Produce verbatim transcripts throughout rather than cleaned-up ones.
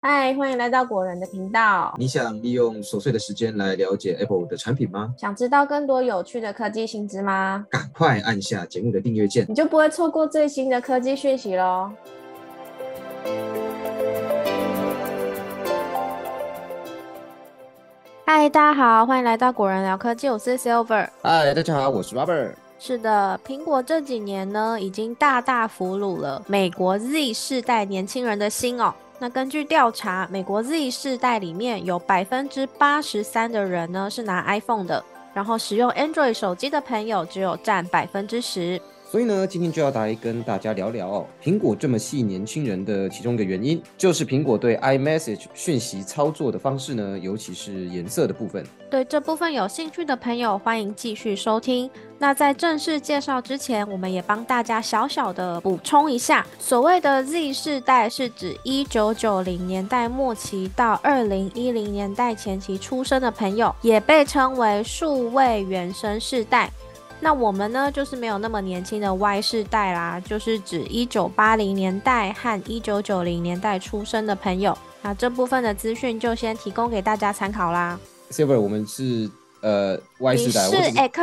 嗨，欢迎来到果仁的频道。 你想利用琐碎的时间来了解 Apple 的产品吗？ 想知道更多有趣的科技新知吗？ 赶快按下节目的订阅键。 你就不会错过最新的科技讯息咯。嗨，大家好，欢迎来到果仁聊科技，我是 Silver。 嗨，大家好，我是 Robert。 是的，苹果这几年呢，已经大大俘虏了美国 Z 世代年轻人的心哦。那根据调查，美国 Z 世代里面有百分之八十三的人呢是拿 iPhone 的，然后使用 Android 手机的朋友只有占百分之十。 所以呢，今天就要来跟大家聊聊哦，苹果这么吸引年轻人的其中一个原因，就是苹果对 iMessage 讯息操作的方式呢，尤其是颜色的部分。 对这部分有兴趣的朋友，欢迎继续收听。那在正式介绍之前，我们也帮大家小小的补充一下，所谓的 Z 世代是指一九九零年代末期到二零一零年代前期出生的朋友，也被称为数位原生世代。那我们呢，就是没有那么年轻的 Y 世代啦，就是指一九八零年代和一九九零年代出生的朋友。那这部分的资讯就先提供给大家参考啦。 Silver，我们是呃 Y 世代， 你是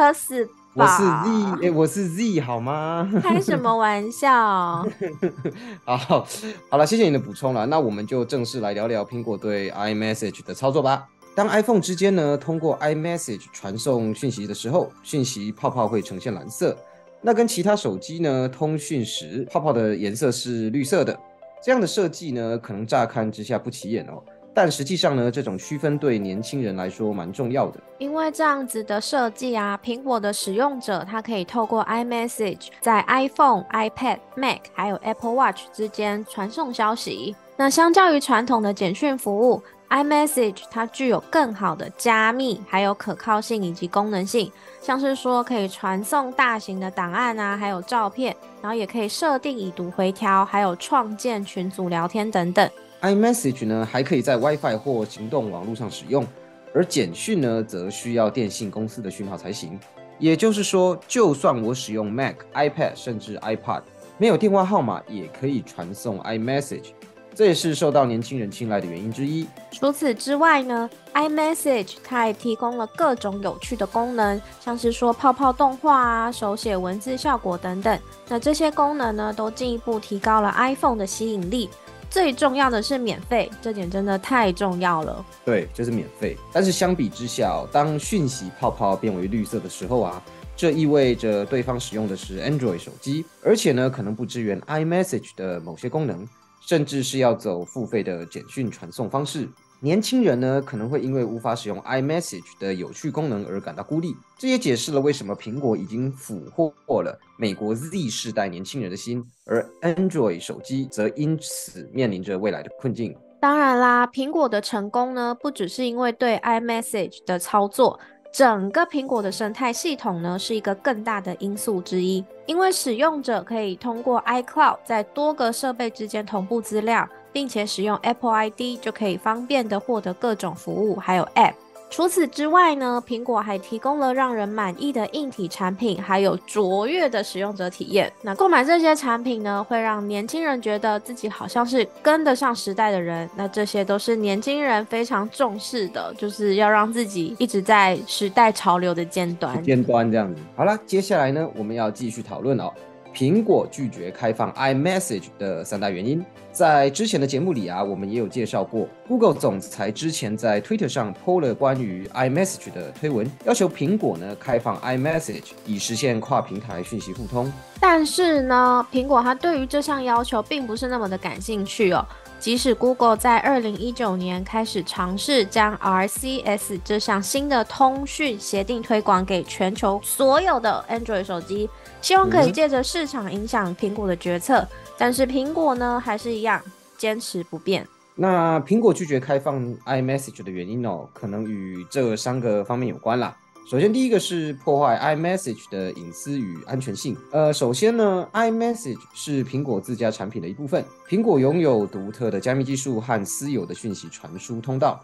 X 我是吧？ Z，哎，我是 Z 好吗？ 开什么玩笑？ 好，好了，谢谢你的补充了。那我们就正式来聊聊苹果对 iMessage 的操作吧。当 iPhone 之间呢通过 iMessage 传送讯息的时候，讯息泡泡会呈现蓝色。那跟其他手机呢通讯时，泡泡的颜色是绿色的。这样的设计呢，可能乍看之下不起眼哦，但实际上呢，这种区分对年轻人来说蛮重要的。 因为这样子的设计啊，苹果的使用者他可以透过 iMessage 在 iPhone、iPad、Mac 还有 Apple Watch 之间传送消息。那相较于传统的简讯服务，iMessage 它具有更好的加密，还有可靠性以及功能性，像是说可以传送大型的档案啊，还有照片，然后也可以设定已读回调，还有创建群组聊天等等。 iMessage 呢还可以在 WiFi 或行动网络上使用，而简讯呢则需要电信公司的讯号才行。也就是说，就算我使用 Mac、iPad 甚至 iPod， 没有电话号码也可以传送 iMessage。这也是受到年轻人青睐的原因之一。 除此之外呢 iMessage 它也提供了各种有趣的功能，像是说泡泡动画啊、手写文字效果等等。那这些功能呢，都进一步提高了 iPhone 的吸引力。最重要的是免费，这点真的太重要了。 对，就是免费。但是相比之下哦，当讯息泡泡变为绿色的时候啊，这意味着对方使用的是 Android 手机，而且呢，可能不支援 iMessage 的某些功能。甚至是要走付费的简讯传送方式。年轻人呢可能会因为无法使用 iMessage 的有趣功能而感到孤立，这也解释了为什么苹果已经俘获了美国 Z 世代年轻人的心，而 Android 手机则因此面临着未来的困境。 当然啦，苹果的成功呢，不只是因为对 iMessage 的操作，整个苹果的生态系统呢是一个更大的因素之一。因为使用者可以通过 iCloud 在多个设备之间同步资料，并且使用 Apple I D 就可以方便的获得各种服务，还有 App。除此之外呢，苹果还提供了让人满意的硬体产品，还有卓越的使用者体验。那购买这些产品呢，会让年轻人觉得自己好像是跟得上时代的人。那这些都是年轻人非常重视的，就是要让自己一直在时代潮流的尖端。 尖端这样子。好啦，接下来呢，我们要继续讨论哦，苹果拒绝开放 iMessage 的三大原因。在之前的节目里啊，我们也有介绍过 ，Google 总裁之前在 Twitter 上 po 了关于 iMessage 的推文，要求苹果呢开放 iMessage， 以实现跨平台讯息互通。 但是呢，苹果它对于这项要求并不是那么的感兴趣哦。即使 Google 在二零一九年开始尝试将 R C S 这项新的通讯协定推广给全球所有的 Android 手机，希望可以借着市场影响苹果的决策，嗯、但是苹果呢还是一样坚持不变。 那苹果拒绝开放 iMessage 的原因哦，可能与这三个方面有关啦。首先，第一个是破坏 iMessage 的隐私与安全性。呃，首先呢 ，iMessage 是苹果自家产品的一部分，苹果拥有独特的加密技术和私有的讯息传输通道。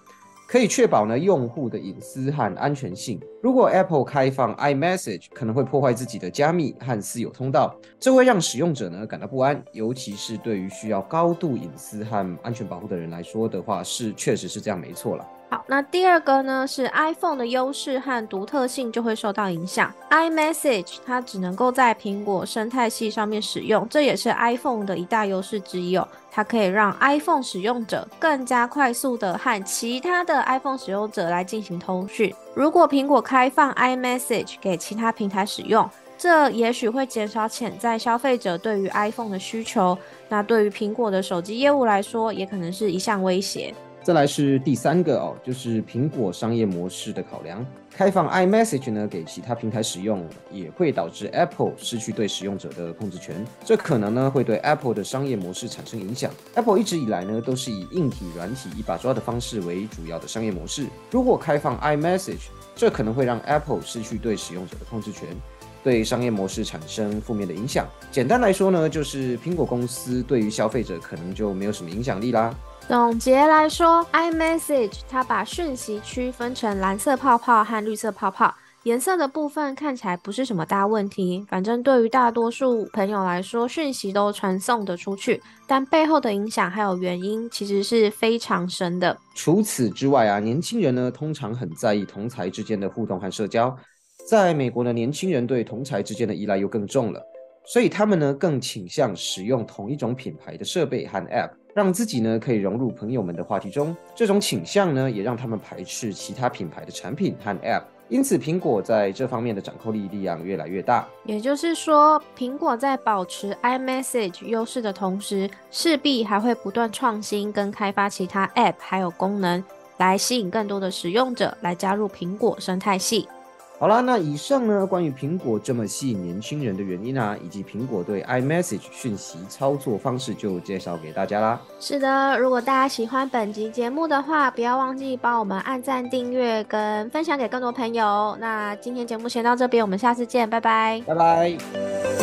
可以确保呢用户的隐私和安全性。如果 Apple 开放 iMessage， 可能会破坏自己的加密和私有通道，这会让使用者呢感到不安，尤其是对于需要高度隐私和安全保护的人来说的话，是确实是这样没错了。 好，那第二个呢是 iPhone 的优势和独特性就会受到影响。iMessage 它只能够在苹果生态系上面使用，这也是 iPhone 的一大优势之一哦。它可以让 iPhone 使用者更加快速的和其他的 iPhone 使用者来进行通讯。如果苹果开放 iMessage 给其他平台使用，这也许会减少潜在消费者对于 iPhone 的需求，那对于苹果的手机业务来说，也可能是一项威胁。 再来是第三个哦，就是苹果商业模式的考量。开放 iMessage 呢给其他平台使用，也会导致 Apple 失去对使用者的控制权，这可能呢会对 Apple 的商业模式产生影响。Apple 一直以来呢都是以硬体、软体一把抓的方式为主要的商业模式。如果开放 iMessage， 这可能会让 Apple 失去对使用者的控制权，对商业模式产生负面的影响。简单来说呢，就是苹果公司对于消费者可能就没有什么影响力啦。 总结来说 iMessage 它把讯息区分成蓝色泡泡和绿色泡泡，颜色的部分看起来不是什么大问题，反正对于大多数朋友来说，讯息都传送得出去，但背后的影响还有原因其实是非常深的。 除此之外啊，年轻人呢通常很在意同侪之间的互动和社交，在美国呢，年轻人对同侪之间的依赖又更重了，所以他们呢更倾向使用同一种品牌的设备和 App， 让自己呢可以融入朋友们的话题中。这种倾向呢也让他们排斥其他品牌的产品和 App， 因此苹果在这方面的掌控力力量越来越大。 也就是说，苹果在保持 iMessage 优势的同时，势必还会不断创新跟开发其他 App 还有功能，来吸引更多的使用者来加入苹果生态系。 好啦，那以上呢关于苹果这么吸引年轻人的原因啊，以及苹果对 iMessage 讯息操作方式就介绍给大家啦。 是的，如果大家喜欢本集节目的话，不要忘记帮我们按赞、订阅跟分享给更多朋友。那今天节目先到这边，我们下次见，拜拜。 拜拜。